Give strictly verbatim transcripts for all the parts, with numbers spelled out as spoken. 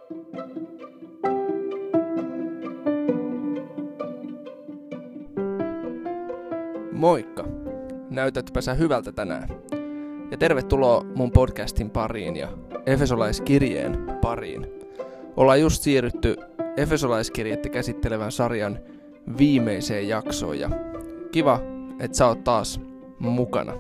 Moikka! Näytätpä sä hyvältä tänään. Ja tervetuloa mun podcastin pariin ja Efesolaiskirjeen pariin. Ollaan just siirrytty Efesolaiskirjettä käsittelevän sarjan viimeiseen jaksoon ja kiva, että sä oot taas mukana.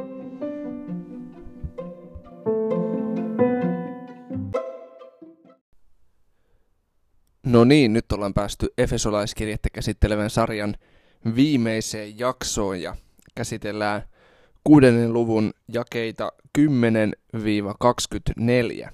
No niin, nyt ollaan päästy Efesolaiskirjettä käsittelevän sarjan viimeiseen jaksoon ja käsitellään kuudennen luvun jakeita kymmenen kaksikymmentäneljä.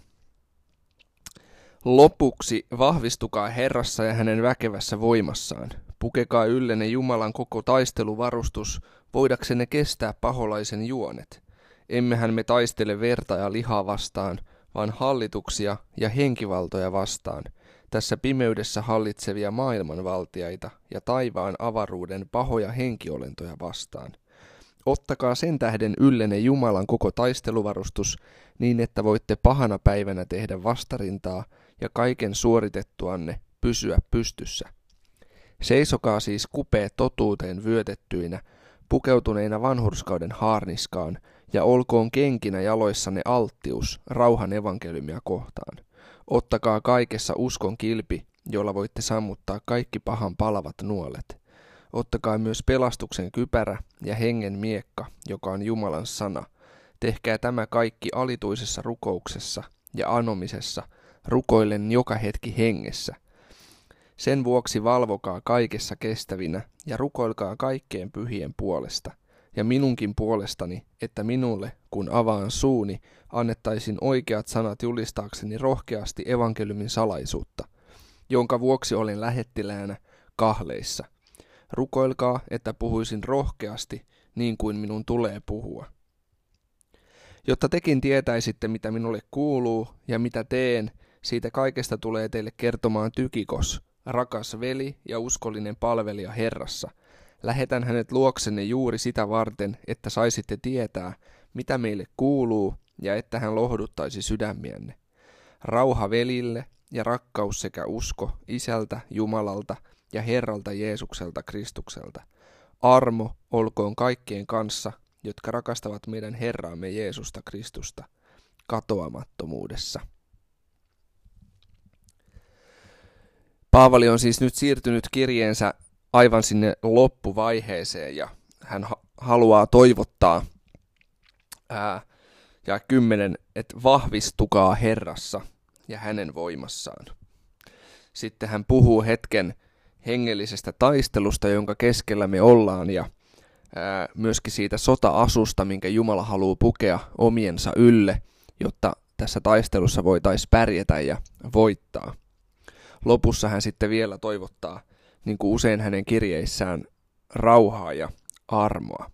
Lopuksi vahvistukaa Herrassa ja hänen väkevässä voimassaan. Pukekaa yllenne Jumalan koko taisteluvarustus, voidaksenne kestää paholaisen juonet. Emmehän me taistele verta ja lihaa vastaan, vaan hallituksia ja henkivaltoja vastaan, tässä pimeydessä hallitsevia maailmanvaltiaita ja taivaan avaruuden pahoja henkiolentoja vastaan. Ottakaa sen tähden yllenne Jumalan koko taisteluvarustus, niin että voitte pahana päivänä tehdä vastarintaa ja kaiken suoritettuanne pysyä pystyssä. Seisokaa siis kupeet totuuteen vyötettyinä, pukeutuneina vanhurskauden haarniskaan, ja olkoon kenkinä jaloissanne alttius rauhan evankeliumia kohtaan. Ottakaa kaikessa uskon kilpi, jolla voitte sammuttaa kaikki pahan palavat nuolet. Ottakaa myös pelastuksen kypärä ja hengen miekka, joka on Jumalan sana. Tehkää tämä kaikki alituisessa rukouksessa ja anomisessa, rukoillen joka hetki hengessä. Sen vuoksi valvokaa kaikessa kestävinä ja rukoilkaa kaikkeen pyhien puolesta. Ja minunkin puolestani, että minulle, kun avaan suuni, annettaisiin oikeat sanat julistaakseni rohkeasti evankeliumin salaisuutta, jonka vuoksi olen lähettiläänä kahleissa. Rukoilkaa, että puhuisin rohkeasti, niin kuin minun tulee puhua. Jotta tekin tietäisitte, mitä minulle kuuluu ja mitä teen, siitä kaikesta tulee teille kertomaan Tykikos, rakas veli ja uskollinen palvelija Herrassa. Lähetän hänet luoksenne juuri sitä varten, että saisitte tietää, mitä meille kuuluu, ja että hän lohduttaisi sydämiänne. Rauha velille ja rakkaus sekä usko Isältä, Jumalalta ja Herralta Jeesukselta Kristukselta. Armo olkoon kaikkien kanssa, jotka rakastavat meidän Herraamme Jeesusta Kristusta, katoamattomuudessa. Paavali on siis nyt siirtynyt kirjeensä aivan sinne loppuvaiheeseen ja hän ha- haluaa toivottaa ää, ja kymmenen, että vahvistukaa Herrassa ja hänen voimassaan. Sitten hän puhuu hetken hengellisestä taistelusta, jonka keskellä me ollaan ja ää, myöskin siitä sota-asusta, minkä Jumala haluaa pukea omiensa ylle, jotta tässä taistelussa voitaisiin pärjätä ja voittaa. Lopussa hän sitten vielä toivottaa, niin kuin usein hänen kirjeissään, rauhaa ja armoa.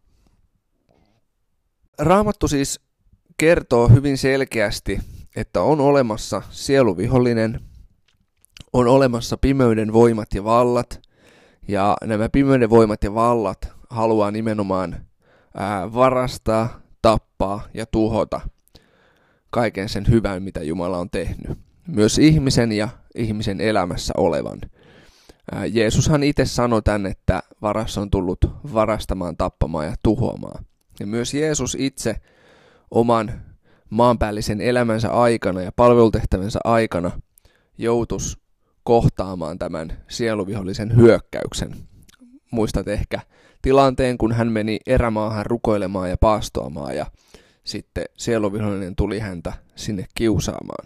Raamattu siis kertoo hyvin selkeästi, että on olemassa sieluvihollinen, on olemassa pimeyden voimat ja vallat, ja nämä pimeyden voimat ja vallat haluaa nimenomaan ää, varastaa, tappaa ja tuhota kaiken sen hyvän, mitä Jumala on tehnyt. Myös ihmisen ja ihmisen elämässä olevan. Jeesushan itse sanoi tämän, että varas on tullut varastamaan, tappamaan ja tuhoamaan. Ja myös Jeesus itse oman maanpäällisen elämänsä aikana ja palvelutehtävänsä aikana joutuisi kohtaamaan tämän sieluvihollisen hyökkäyksen. Muistat ehkä tilanteen, kun hän meni erämaahan rukoilemaan ja paastoamaan ja sitten sieluvihollinen tuli häntä sinne kiusaamaan.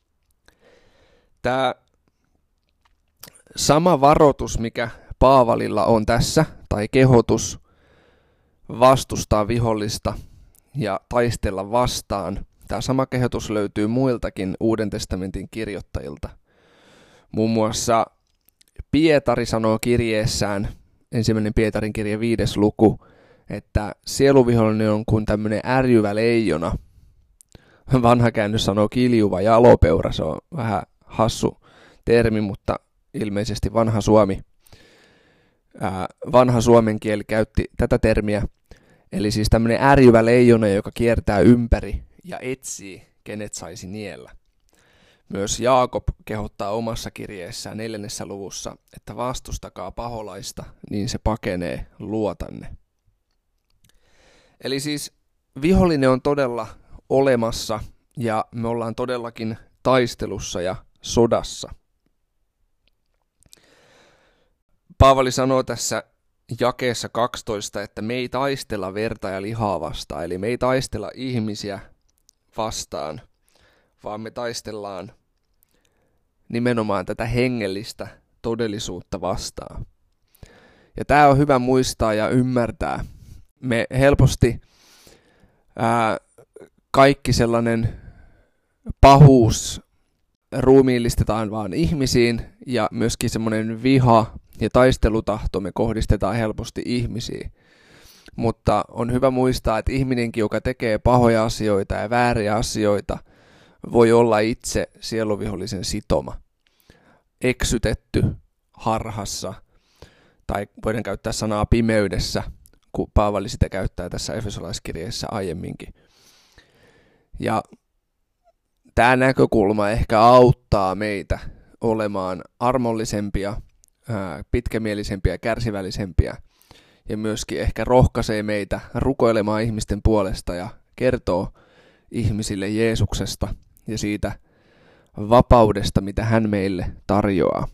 Tämä sama varoitus, mikä Paavalilla on tässä, tai kehotus vastustaa vihollista ja taistella vastaan, tämä sama kehotus löytyy muiltakin Uuden testamentin kirjoittajilta. Muun muassa Pietari sanoo kirjeessään, ensimmäinen Pietarin kirje viides luku, että sieluvihollinen on kuin tämmöinen ärjyvä leijona. Vanha käännös sanoo kiljuva jalopeura, se on vähän hassu termi, mutta ilmeisesti vanha Suomi, ää, vanha suomen kieli käytti tätä termiä. Eli siis tämmöinen ärjyvä leijona, joka kiertää ympäri ja etsii, kenet saisi niellä. Myös Jaakob kehottaa omassa kirjeessään neljännessä luvussa, että vastustakaa paholaista, niin se pakenee luotanne. Eli siis vihollinen on todella olemassa ja me ollaan todellakin taistelussa ja sodassa. Paavali sanoo tässä jakeessa kaksitoista, että me ei taistella verta ja lihaa vastaan, eli me ei taistella ihmisiä vastaan, vaan me taistellaan nimenomaan tätä hengellistä todellisuutta vastaan. Ja tämä on hyvä muistaa ja ymmärtää. Me helposti ää, kaikki sellainen pahuus ruumiillistetaan vaan ihmisiin ja myöskin semmoinen viha ja taistelutahto me kohdistetaan helposti ihmisiin. Mutta on hyvä muistaa, että ihminenkin, joka tekee pahoja asioita ja vääriä asioita, voi olla itse sieluvihollisen sitoma, eksytetty harhassa, tai voidaan käyttää sanaa pimeydessä, kun Paavali sitä käyttää tässä Efesolaiskirjeessä aiemminkin. Ja tämä näkökulma ehkä auttaa meitä olemaan armollisempia, pitkämielisempiä, kärsivällisempiä, ja myöskin ehkä rohkaisee meitä rukoilemaan ihmisten puolesta ja kertoo ihmisille Jeesuksesta ja siitä vapaudesta, mitä hän meille tarjoaa.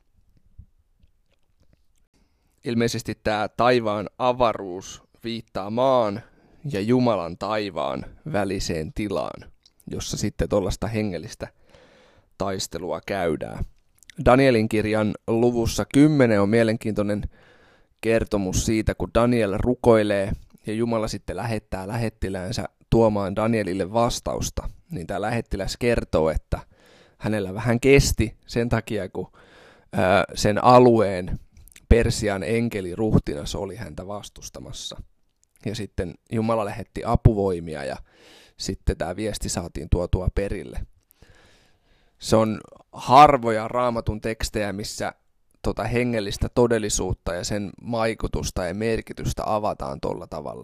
Ilmeisesti tämä taivaan avaruus viittaa maan ja Jumalan taivaan väliseen tilaan, jossa sitten tuollaista hengellistä taistelua käydään. Danielin kirjan luvussa kymmenen on mielenkiintoinen kertomus siitä, kun Daniel rukoilee ja Jumala sitten lähettää lähettiläänsä tuomaan Danielille vastausta. Niin tämä lähettiläs kertoo, että hänellä vähän kesti sen takia, kun ää, sen alueen Persian enkeli ruhtinas oli häntä vastustamassa. Ja sitten Jumala lähetti apuvoimia ja sitten tämä viesti saatiin tuotua perille. Se on harvoja Raamatun tekstejä, missä tota hengellistä todellisuutta ja sen vaikutusta ja merkitystä avataan tuolla tavalla.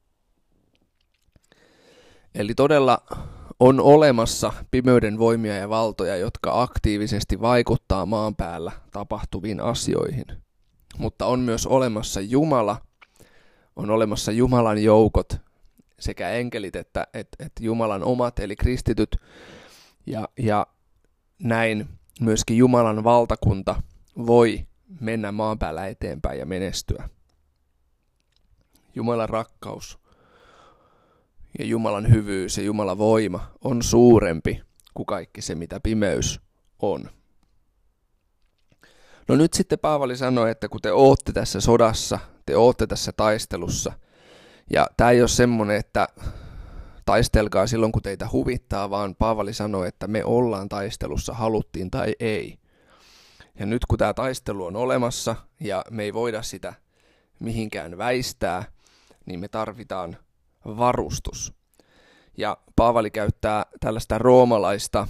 Eli todella on olemassa pimeyden voimia ja valtoja, jotka aktiivisesti vaikuttaa maan päällä tapahtuviin asioihin. Mutta on myös olemassa Jumala, on olemassa Jumalan joukot, sekä enkelit että, että, että Jumalan omat, eli kristityt, ja, ja näin myöskin Jumalan valtakunta voi mennä maan päällä eteenpäin ja menestyä. Jumalan rakkaus ja Jumalan hyvyys ja Jumalan voima on suurempi kuin kaikki se, mitä pimeys on. No nyt sitten Paavali sanoi, että kun te ootte tässä sodassa, te ootte tässä taistelussa, ja tämä ei ole semmoinen, että taistelkaa silloin, kun teitä huvittaa, vaan Paavali sanoi, että me ollaan taistelussa, haluttiin tai ei. Ja nyt kun tämä taistelu on olemassa ja me ei voida sitä mihinkään väistää, niin me tarvitaan varustus. Ja Paavali käyttää tällaista roomalaista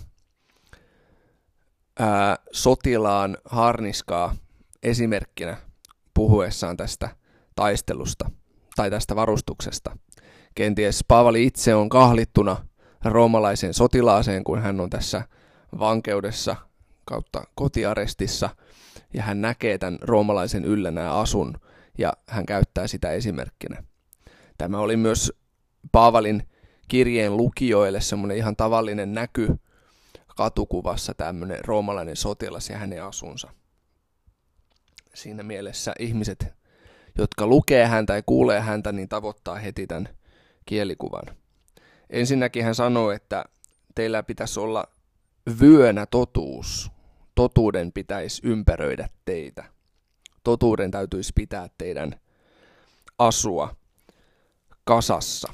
ää, sotilaan harniskaa esimerkkinä puhuessaan tästä taistelusta tai tästä varustuksesta. Kenties Paavali itse on kahlittuna roomalaiseen sotilaaseen, kun hän on tässä vankeudessa kautta kotiarestissa, ja hän näkee tämän roomalaisen yllä nämä asun, ja hän käyttää sitä esimerkkinä. Tämä oli myös Paavalin kirjeen lukijoille semmoinen ihan tavallinen näky katukuvassa, tämmöinen roomalainen sotilas ja hänen asunsa. Siinä mielessä ihmiset, jotka lukee häntä ja kuulee häntä, niin tavoittaa heti tämän kielikuvan. Ensinnäkin hän sanoo, että teillä pitäisi olla vyönä totuus. Totuuden pitäisi ympäröidä teitä. Totuuden täytyisi pitää teidän asua kasassa.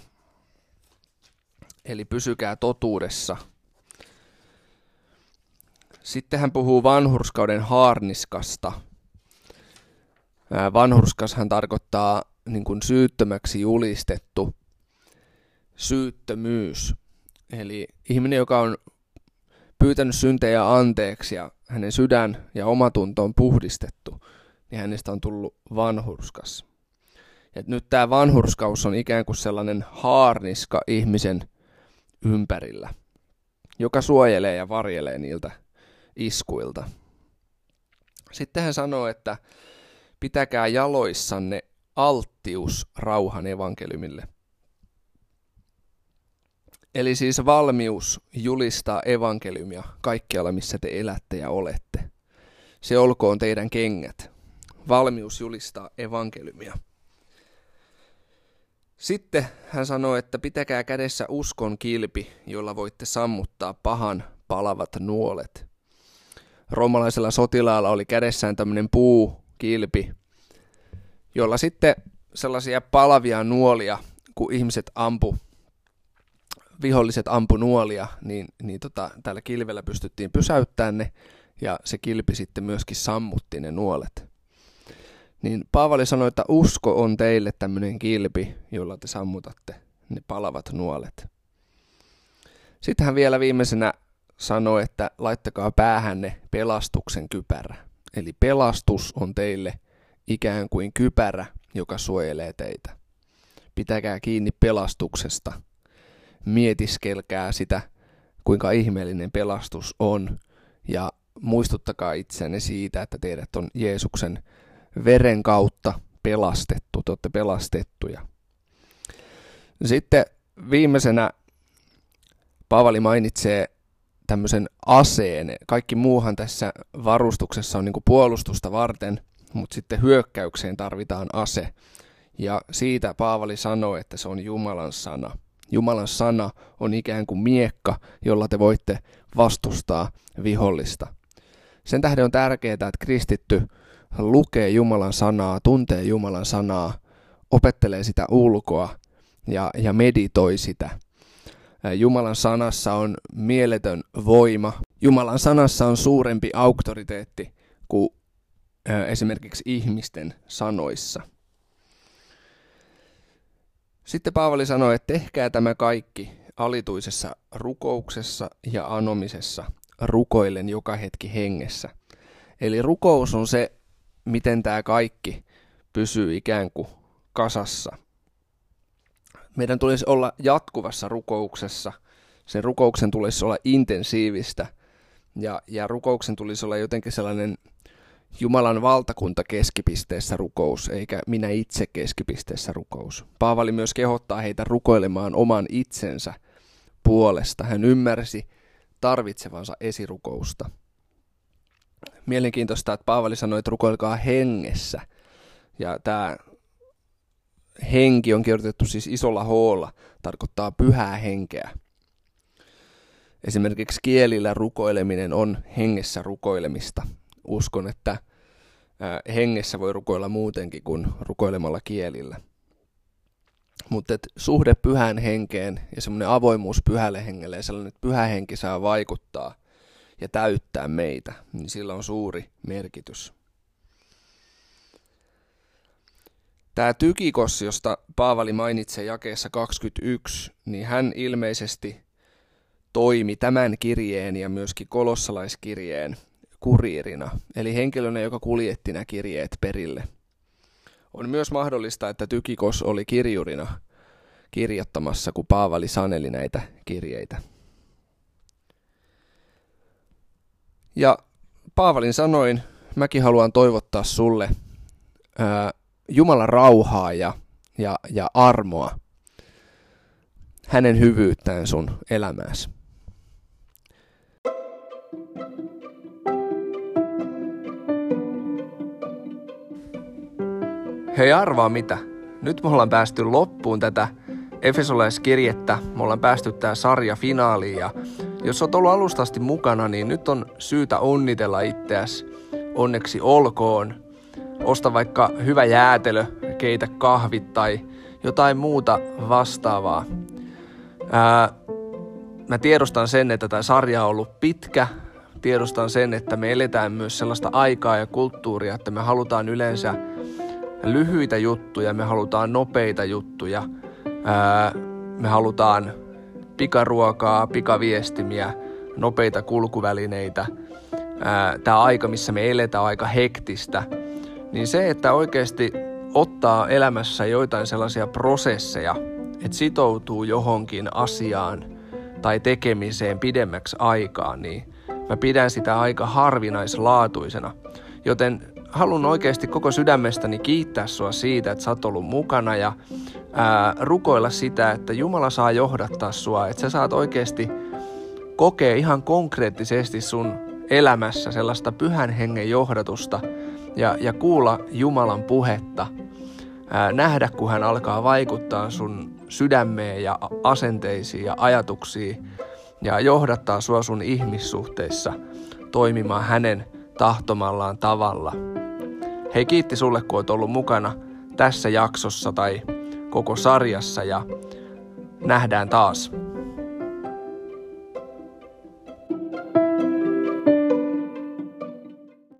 Eli pysykää totuudessa. Sitten hän puhuu vanhurskauden haarniskasta. Vanhurskashan tarkoittaa niin kuin syyttömäksi julistettu syyttömyys. Eli ihminen, joka on pyytänyt syntejä anteeksi ja hänen sydän ja omatunto on puhdistettu, niin hänestä on tullut vanhurskas. Ja nyt tämä vanhurskaus on ikään kuin sellainen haarniska ihmisen ympärillä. joka suojelee ja varjelee niiltä iskuilta. Sitten hän sanoo, että pitäkää jaloissanne alttius rauhan evankeliumille. Eli siis valmius julistaa evankeliumia kaikkialla, missä te elätte ja olette. Se olkoon teidän kengät. Valmius julistaa evankeliumia. Sitten hän sanoi, että pitäkää kädessä uskon kilpi, jolla voitte sammuttaa pahan palavat nuolet. Roomalaisella sotilaalla oli kädessään tämmöinen puukilpi, jolla sitten sellaisia palavia nuolia, kun ihmiset ampu, viholliset ampu nuolia, niin, niin tota, tällä kilvellä pystyttiin pysäyttämään ne, ja se kilpi sitten myöskin sammutti ne nuolet. Niin Paavali sanoi, että usko on teille tämmöinen kilpi, jolla te sammutatte ne palavat nuolet. Sitten hän vielä viimeisenä sanoi, että laittakaa päähänne pelastuksen kypärä. Eli pelastus on teille ikään kuin kypärä, joka suojelee teitä. Pitäkää kiinni pelastuksesta. Mietiskelkää sitä, kuinka ihmeellinen pelastus on. Ja muistuttakaa itseänne siitä, että teidät on Jeesuksen veren kautta pelastettu. Te olette pelastettuja. Sitten viimeisenä Paavali mainitsee tämmöisen aseen. Kaikki muuhan tässä varustuksessa on niin kuin puolustusta varten, mutta sitten hyökkäykseen tarvitaan ase. Ja siitä Paavali sanoo, että se on Jumalan sana. Jumalan sana on ikään kuin miekka, jolla te voitte vastustaa vihollista. Sen tähden on tärkeää, että kristitty lukee Jumalan sanaa, tuntee Jumalan sanaa, opettelee sitä ulkoa ja, ja meditoi sitä. Jumalan sanassa on mieletön voima. Jumalan sanassa on suurempi auktoriteetti kuin esimerkiksi ihmisten sanoissa. Sitten Paavali sanoi, että tehkää tämä kaikki alituisessa rukouksessa ja anomisessa, rukoillen joka hetki hengessä. Eli rukous on se, miten tämä kaikki pysyy ikään kuin kasassa. Meidän tulisi olla jatkuvassa rukouksessa. Sen rukouksen tulisi olla intensiivistä ja, ja rukouksen tulisi olla jotenkin sellainen Jumalan valtakunta keskipisteessä rukous, eikä minä itse keskipisteessä rukous. Paavali myös kehottaa heitä rukoilemaan oman itsensä puolesta. Hän ymmärsi tarvitsevansa esirukousta. Mielenkiintoista, että Paavali sanoi, että rukoilkaa hengessä. Ja tämä henki on kirjoitettu siis isolla hoolla, tarkoittaa pyhää henkeä. Esimerkiksi kielillä rukoileminen on hengessä rukoilemista. Uskon, että hengessä voi rukoilla muutenkin kuin rukoilemalla kielillä. Mutta suhde pyhään henkeen ja semmoinen avoimuus pyhälle hengelle ja sellainen, että pyhä henki saa vaikuttaa ja täyttää meitä, niin sillä on suuri merkitys. Tämä Tykikos, josta Paavali mainitsee jakeessa kaksikymmentäyksi, niin hän ilmeisesti toimi tämän kirjeen ja myöskin kolossalaiskirjeen kuriirina, eli henkilönä, joka kuljetti nämä kirjeet perille. On myös mahdollista, että Tykikos oli kirjurina kirjoittamassa, kun Paavali saneli näitä kirjeitä. Ja Paavalin sanoin, mäkin haluan toivottaa sulle ää, Jumalan rauhaa ja, ja, ja armoa, hänen hyvyyttään sun elämääsi. Hei, arvaa mitä? Nyt me ollaan päästy loppuun tätä Efesolaiskirjettä. Me ollaan päästy tää sarja finaaliin ja jos oot ollut alusta asti mukana, niin nyt on syytä onnitella itseäsi. Onneksi olkoon. Osta vaikka hyvä jäätelö, keitä kahvit tai jotain muuta vastaavaa. Ää, mä tiedostan sen, että tämä sarja on ollut pitkä. Tiedostan sen, että me eletään myös sellaista aikaa ja kulttuuria, että me halutaan yleensä lyhyitä juttuja, me halutaan nopeita juttuja, ää, me halutaan pikaruokaa, pikaviestimiä, nopeita kulkuvälineitä. Tämä aika, missä me eletään, on aika hektistä. Niin se, että oikeasti ottaa elämässä joitain sellaisia prosesseja, että sitoutuu johonkin asiaan tai tekemiseen pidemmäksi aikaa, niin mä pidän sitä aika harvinaislaatuisena. Joten haluan oikeasti koko sydämestäni kiittää sua siitä, että sä oot ollut mukana ja ää, rukoilla sitä, että Jumala saa johdattaa sua, että sä saat oikeasti kokea ihan konkreettisesti sun elämässä sellaista pyhän hengen johdatusta ja, ja kuulla Jumalan puhetta, ää, nähdä kun hän alkaa vaikuttaa sun sydämeen ja asenteisiin ja ajatuksiin ja johdattaa sua sun ihmissuhteissa toimimaan hänen tahtomallaan tavalla. Hei, kiitti sulle, kun oot ollut mukana tässä jaksossa tai koko sarjassa ja nähdään taas.